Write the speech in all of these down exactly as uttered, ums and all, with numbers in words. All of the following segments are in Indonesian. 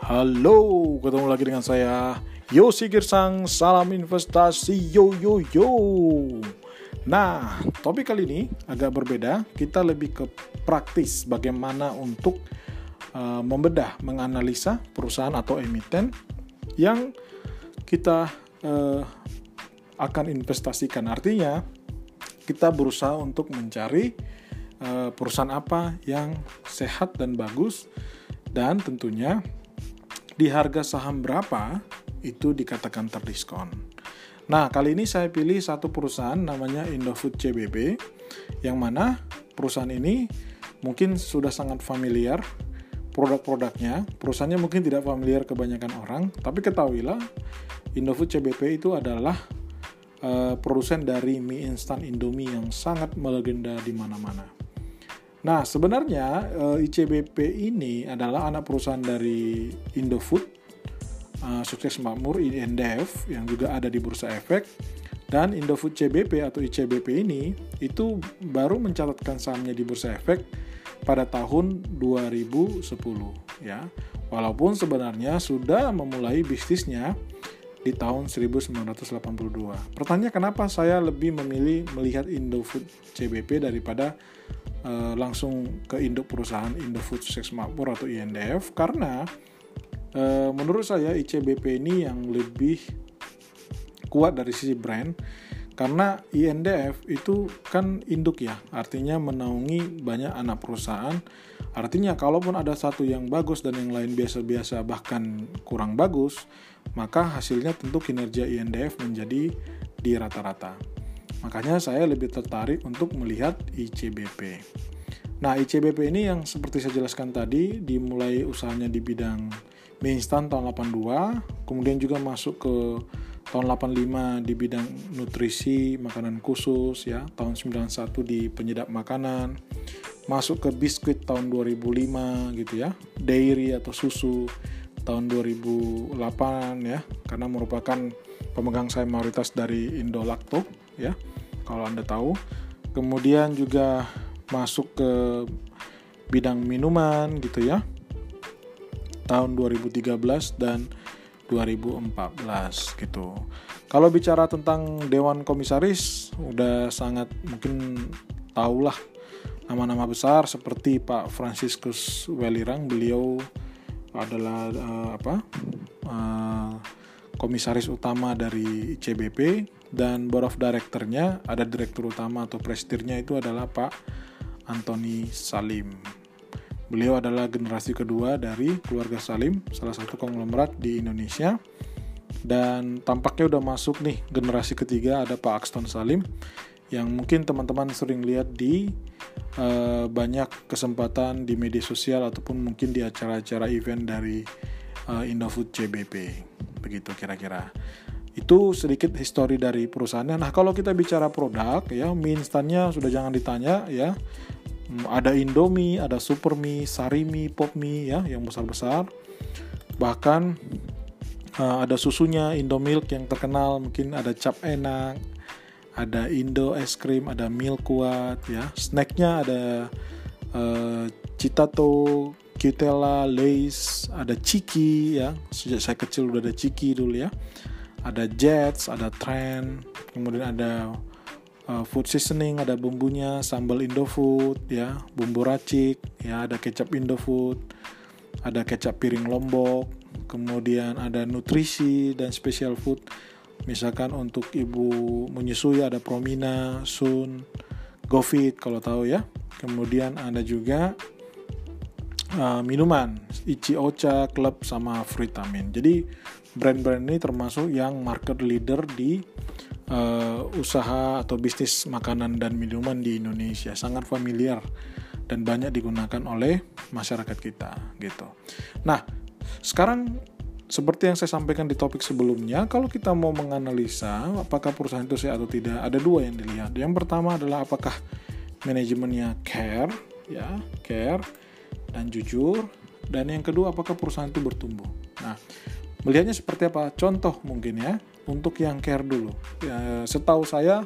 Halo, ketemu lagi dengan saya Yosi Girsang, salam investasi yo yo yo. Nah, topik kali ini agak berbeda. Kita lebih ke praktis bagaimana untuk uh, membedah, menganalisa perusahaan atau emiten yang kita uh, akan investasikan. Artinya, kita berusaha untuk mencari uh, perusahaan apa yang sehat dan bagus, dan tentunya di harga saham berapa itu dikatakan terdiskon. Nah, kali ini saya pilih satu perusahaan namanya Indofood C B P, yang mana perusahaan ini mungkin sudah sangat familiar produk-produknya. Perusahaannya mungkin tidak familiar kebanyakan orang, tapi ketahuilah Indofood C B P itu adalah uh, produsen dari mie instan Indomie yang sangat melegenda di mana-mana. Nah, sebenarnya I C B P ini adalah anak perusahaan dari Indofood, uh, Sukses Makmur I N D F yang juga ada di Bursa Efek, dan Indofood C B P atau I C B P ini itu baru mencatatkan sahamnya di Bursa Efek pada tahun dua ribu sepuluh ya. Walaupun sebenarnya sudah memulai bisnisnya di tahun seribu sembilan ratus delapan puluh dua. Pertanyaannya, kenapa saya lebih memilih melihat Indofood C B P daripada Uh, langsung ke induk perusahaan Indofood Sukses Makmur atau I N D F? Karena uh, menurut saya I C B P ini yang lebih kuat dari sisi brand, karena I N D F itu kan induk ya, artinya menaungi banyak anak perusahaan. Artinya kalaupun ada satu yang bagus dan yang lain biasa-biasa bahkan kurang bagus, maka hasilnya tentu kinerja I N D F menjadi di rata-rata. Makanya saya lebih tertarik untuk melihat I C B P. Nah, I C B P ini yang seperti saya jelaskan tadi, dimulai usahanya di bidang mie instan tahun delapan puluh dua, kemudian juga masuk ke tahun delapan puluh lima di bidang nutrisi, makanan khusus, ya, tahun sembilan puluh satu di penyedap makanan, masuk ke biskuit tahun dua ribu lima gitu ya, dairy atau susu tahun dua ribu delapan ya, karena merupakan pemegang saham mayoritas dari Indolacto ya, kalau Anda tahu. Kemudian juga masuk ke bidang minuman gitu ya, tahun dua ribu tiga belas dan dua ribu empat belas gitu. Kalau bicara tentang Dewan Komisaris, udah sangat mungkin tahulah nama-nama besar seperti Pak Franciscus Welirang. Beliau adalah uh, apa uh, komisaris utama dari I C B P, dan board of director-nya, ada direktur utama atau presidirnya itu adalah Pak Antoni Salim. Beliau adalah generasi kedua dari keluarga Salim, salah satu konglomerat di Indonesia, dan tampaknya udah masuk nih generasi ketiga, ada Pak Axton Salim, yang mungkin teman-teman sering lihat di uh, banyak kesempatan di media sosial ataupun mungkin di acara-acara event dari uh, Indofood C B P. Begitu kira-kira. Itu sedikit histori dari perusahaannya. Nah, kalau kita bicara produk ya, mie instannya sudah jangan ditanya ya. Ada Indomie, ada Super Mie, Sari Mie, Pop Mie ya, yang besar-besar. Bahkan uh, ada susunya Indomilk yang terkenal, mungkin ada Cap Enak, ada Indo es krim, ada Milk Kuat ya. Snacknya ada uh, Citato, Qtela, Lay's, ada Ciki ya. Sejak saya kecil udah ada Ciki dulu ya. Ada Jets, ada Trend, kemudian ada uh, food seasoning, ada bumbunya, sambal Indofood ya, bumbu racik ya, ada kecap Indofood, ada kecap piring Lombok, kemudian ada nutrisi dan special food. Misalkan untuk ibu menyusui ada Promina, Sun, GoFit kalau tahu ya. Kemudian ada juga uh, minuman, Ichi Ocha, Club, sama Vitamin. Jadi brand-brand ini termasuk yang market leader di uh, usaha atau bisnis makanan dan minuman di Indonesia. Sangat familiar dan banyak digunakan oleh masyarakat kita gitu. Nah, sekarang seperti yang saya sampaikan di topik sebelumnya, kalau kita mau menganalisa apakah perusahaan itu sehat atau tidak, ada dua yang dilihat. Yang pertama adalah apakah manajemennya care, ya, care dan jujur. Dan yang kedua, apakah perusahaan itu bertumbuh. Nah, melihatnya seperti apa? Contoh mungkin ya, untuk yang care dulu. Ya, setahu saya,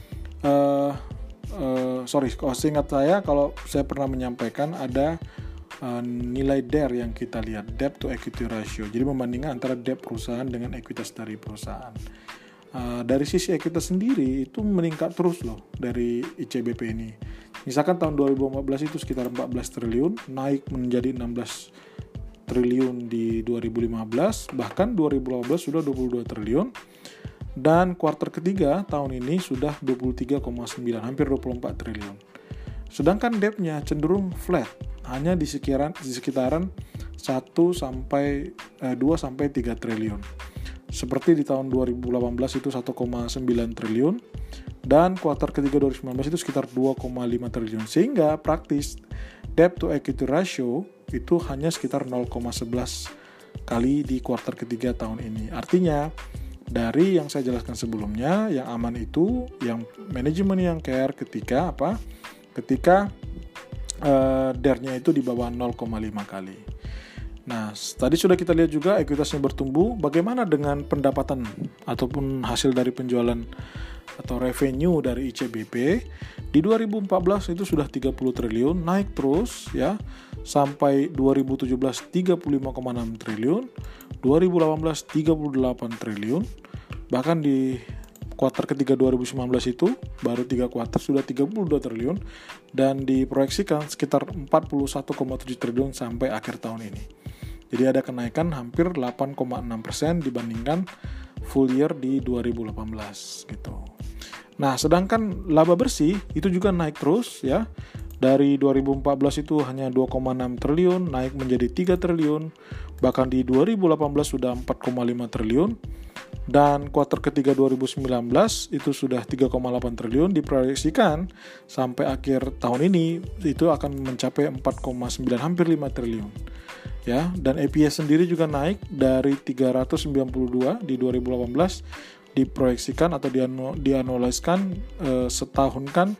uh, uh, sorry, kalau seingat saya, kalau saya pernah menyampaikan ada uh, nilai D E R yang kita lihat, debt to equity ratio. Jadi membandingkan antara debt perusahaan dengan ekuitas dari perusahaan. Uh, dari sisi ekuitas sendiri itu meningkat terus loh dari I C B P ini. Misalkan tahun dua ribu empat belas itu sekitar empat belas triliun, naik menjadi enam belas triliun di dua ribu lima belas, bahkan dua ribu delapan belas sudah dua puluh dua triliun, dan kuartal ketiga tahun ini sudah dua puluh tiga koma sembilan, hampir dua puluh empat triliun. Sedangkan debt-nya cenderung flat, hanya di sekitaran di sekitaran satu sampai dua sampai tiga triliun. Seperti di tahun dua ribu delapan belas itu satu koma sembilan triliun, dan kuartal ketiga dua ribu sembilan belas itu sekitar dua koma lima triliun. Sehingga praktis debt to equity ratio itu hanya sekitar nol koma sebelas kali di kuartal ketiga tahun ini. Artinya dari yang saya jelaskan sebelumnya, yang aman itu yang manajemen yang care ketika apa? Ketika uh, D E R-nya itu di bawah nol koma lima kali. Nah, tadi sudah kita lihat juga ekuitasnya bertumbuh. Bagaimana dengan pendapatan ataupun hasil dari penjualan atau revenue dari I C B P? Di dua ribu empat belas itu sudah tiga puluh triliun, naik terus ya sampai dua ribu tujuh belas tiga puluh lima koma enam triliun, dua ribu delapan belas tiga puluh delapan triliun. Bahkan di kuartal ketiga dua ribu sembilan belas itu baru tiga kuartal sudah tiga puluh dua triliun, dan diproyeksikan sekitar empat puluh satu koma tujuh triliun sampai akhir tahun ini. Jadi ada kenaikan hampir delapan koma enam persen dibandingkan full year di dua ribu delapan belas gitu. Nah, sedangkan laba bersih itu juga naik terus ya. Dari dua ribu empat belas itu hanya dua koma enam triliun, naik menjadi tiga triliun. Bahkan di dua ribu delapan belas sudah empat koma lima triliun. Dan kuartal ketiga dua ribu sembilan belas itu sudah tiga koma delapan triliun, diproyeksikan sampai akhir tahun ini itu akan mencapai empat koma sembilan, hampir lima triliun. Ya, dan E P S sendiri juga naik dari tiga ratus sembilan puluh dua di dua ribu delapan belas, diproyeksikan atau dianualiskan eh, setahun kan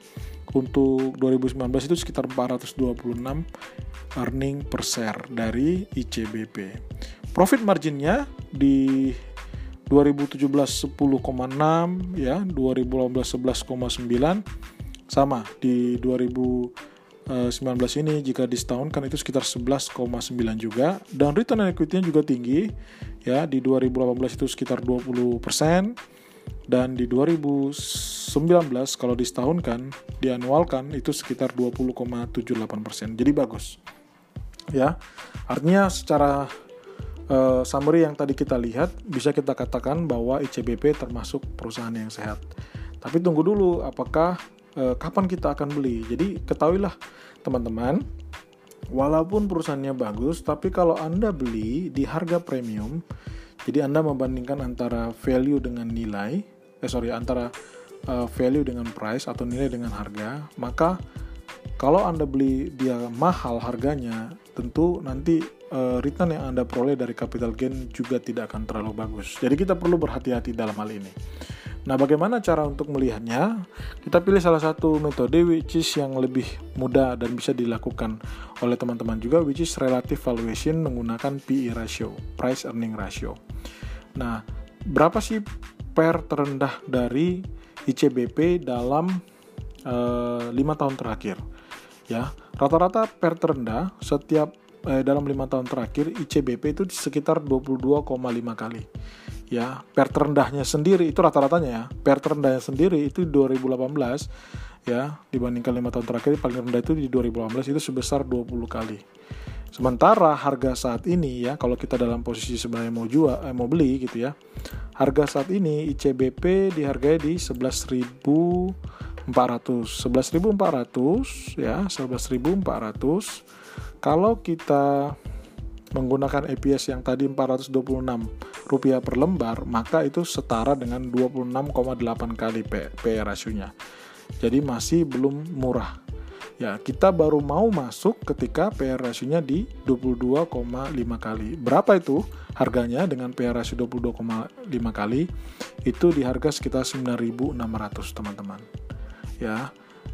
untuk dua ribu sembilan belas itu sekitar empat ratus dua puluh enam earning per share dari I C B P. Profit marginnya di dua ribu tujuh belas sepuluh koma enam ya, dua ribu delapan belas sebelas koma sembilan, sama di dua ribu sembilan belas ini jika disetahunkan itu sekitar sebelas koma sembilan juga, dan return on equity-nya juga tinggi ya, di dua ribu delapan belas itu sekitar dua puluh persen, dan di dua ribu sembilan belas kalau disetahunkan dianualkan itu sekitar dua puluh koma tujuh delapan persen. Jadi bagus ya, artinya secara uh, summary yang tadi kita lihat bisa kita katakan bahwa I C B P termasuk perusahaan yang sehat. Tapi tunggu dulu apakah uh, kapan kita akan beli. Jadi ketahuilah teman-teman, walaupun perusahaannya bagus, tapi kalau Anda beli di harga premium, jadi Anda membandingkan antara value dengan nilai, eh sorry antara uh, value dengan price atau nilai dengan harga, maka kalau Anda beli dia mahal harganya, tentu nanti uh, return yang Anda peroleh dari capital gain juga tidak akan terlalu bagus. Jadi kita perlu berhati-hati dalam hal ini. Nah, bagaimana cara untuk melihatnya? Kita pilih salah satu metode which is yang lebih mudah dan bisa dilakukan oleh teman-teman juga, which is relative valuation menggunakan P E ratio, price earning ratio. Nah, berapa sih P E R terendah dari I C B P dalam uh, lima tahun terakhir? Ya, rata-rata P E R terendah setiap eh, dalam lima tahun terakhir I C B P itu sekitar dua puluh dua koma lima kali. Ya, P E R terendahnya sendiri itu rata-ratanya ya. P E R terendahnya sendiri itu dua ribu delapan belas ya, dibandingkan lima tahun terakhir paling rendah itu di dua ribu delapan belas itu sebesar dua puluh kali. Sementara harga saat ini ya, kalau kita dalam posisi sebenarnya mau jual eh, mau beli gitu ya. Harga saat ini I C B P dihargai di sebelas ribu empat ratus. sebelas ribu empat ratus ya, sebelas ribu empat ratus. Kalau kita menggunakan E P S yang tadi empat ratus dua puluh enam rupiah per lembar, maka itu setara dengan dua puluh enam koma delapan kali P E rasionya. Jadi masih belum murah. Ya, kita baru mau masuk ketika P E rasionya di dua puluh dua koma lima kali. Berapa itu harganya dengan P E rasio dua puluh dua koma lima kali? Itu di harga sekitar sembilan ribu enam ratus, teman-teman. Ya.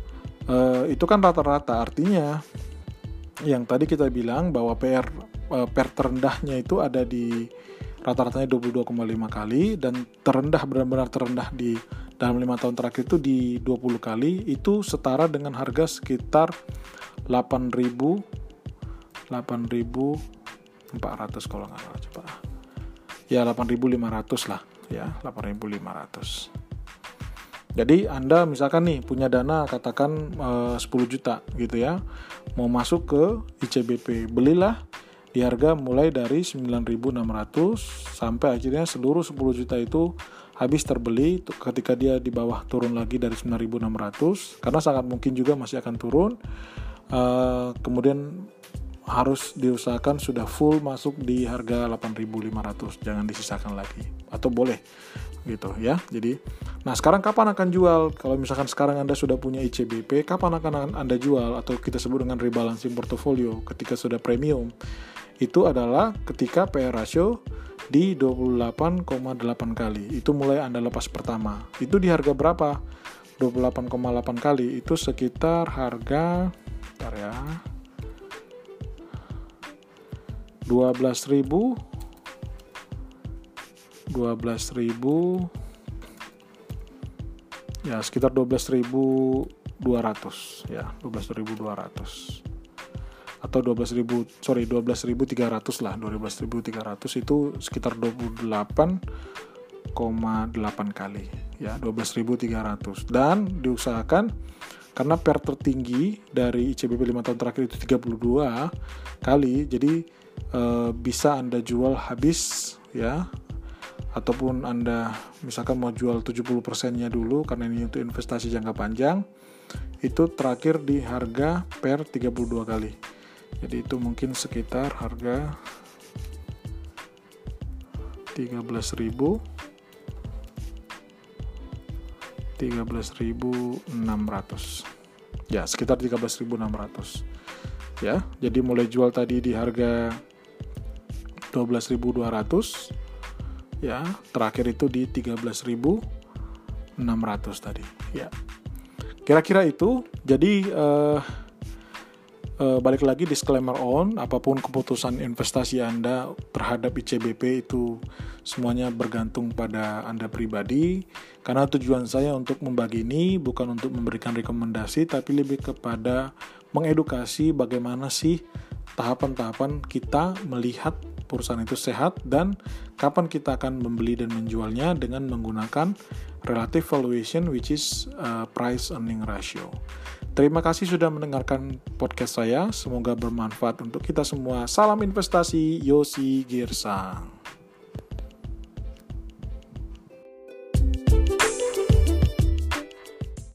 E, itu kan rata-rata, artinya yang tadi kita bilang bahwa P R P E R terendahnya itu ada di rata-ratanya dua puluh dua koma lima kali, dan terendah, benar-benar terendah di dalam lima tahun terakhir itu di dua puluh kali, itu setara dengan harga sekitar delapan ribu delapan ribu empat ratus kalau nggak salah, coba. Ya delapan ribu lima ratus lah, ya delapan ribu lima ratus. Jadi Anda misalkan nih punya dana katakan eh, sepuluh juta gitu ya, mau masuk ke I C B P, belilah di harga mulai dari sembilan ribu enam ratus sampai akhirnya seluruh sepuluh juta itu habis terbeli. Ketika dia di bawah turun lagi dari sembilan ribu enam ratus, karena sangat mungkin juga masih akan turun, eh, kemudian harus diusahakan sudah full masuk di harga delapan ribu lima ratus, jangan disisakan lagi, atau boleh gitu ya. Jadi nah sekarang kapan akan jual? Kalau misalkan sekarang Anda sudah punya I C B P, kapan akan Anda jual atau kita sebut dengan rebalancing portfolio ketika sudah premium? Itu adalah ketika P R ratio di dua puluh delapan koma delapan kali. Itu mulai Anda lepas pertama. Itu di harga berapa? dua puluh delapan koma delapan kali itu sekitar harga bentar ya. dua belas ribu dua belas ribu ya sekitar dua belas ribu dua ratus ya, dua belas ribu dua ratus atau dua belas ribu sorry dua belas ribu tiga ratus lah, dua belas ribu tiga ratus itu sekitar dua puluh delapan koma delapan kali ya, dua belas ribu tiga ratus. Dan diusahakan karena P E R tertinggi dari I C B P lima tahun terakhir itu tiga puluh dua kali, jadi e, bisa Anda jual habis ya, ataupun Anda misalkan mau jual tujuh puluh persennya dulu karena ini untuk investasi jangka panjang, itu terakhir di harga P E R tiga puluh dua kali. Jadi itu mungkin sekitar harga tiga belas ribu tiga belas ribu enam ratus. Ya, sekitar tiga belas ribu enam ratus. Ya, jadi mulai jual tadi di harga dua belas ribu dua ratus. Ya, terakhir itu di tiga belas ribu enam ratus tadi. Ya. Kira-kira itu. Jadi eh, eh, balik lagi disclaimer on, apapun keputusan investasi Anda terhadap I C B P itu semuanya bergantung pada Anda pribadi. Karena tujuan saya untuk membagi ini bukan untuk memberikan rekomendasi, tapi lebih kepada mengedukasi bagaimana sih tahapan-tahapan kita melihat perusahaan itu sehat dan kapan kita akan membeli dan menjualnya dengan menggunakan relative valuation, which is uh, price earning ratio. Terima kasih sudah mendengarkan podcast saya. Semoga bermanfaat untuk kita semua. Salam investasi, Yosi Girsang.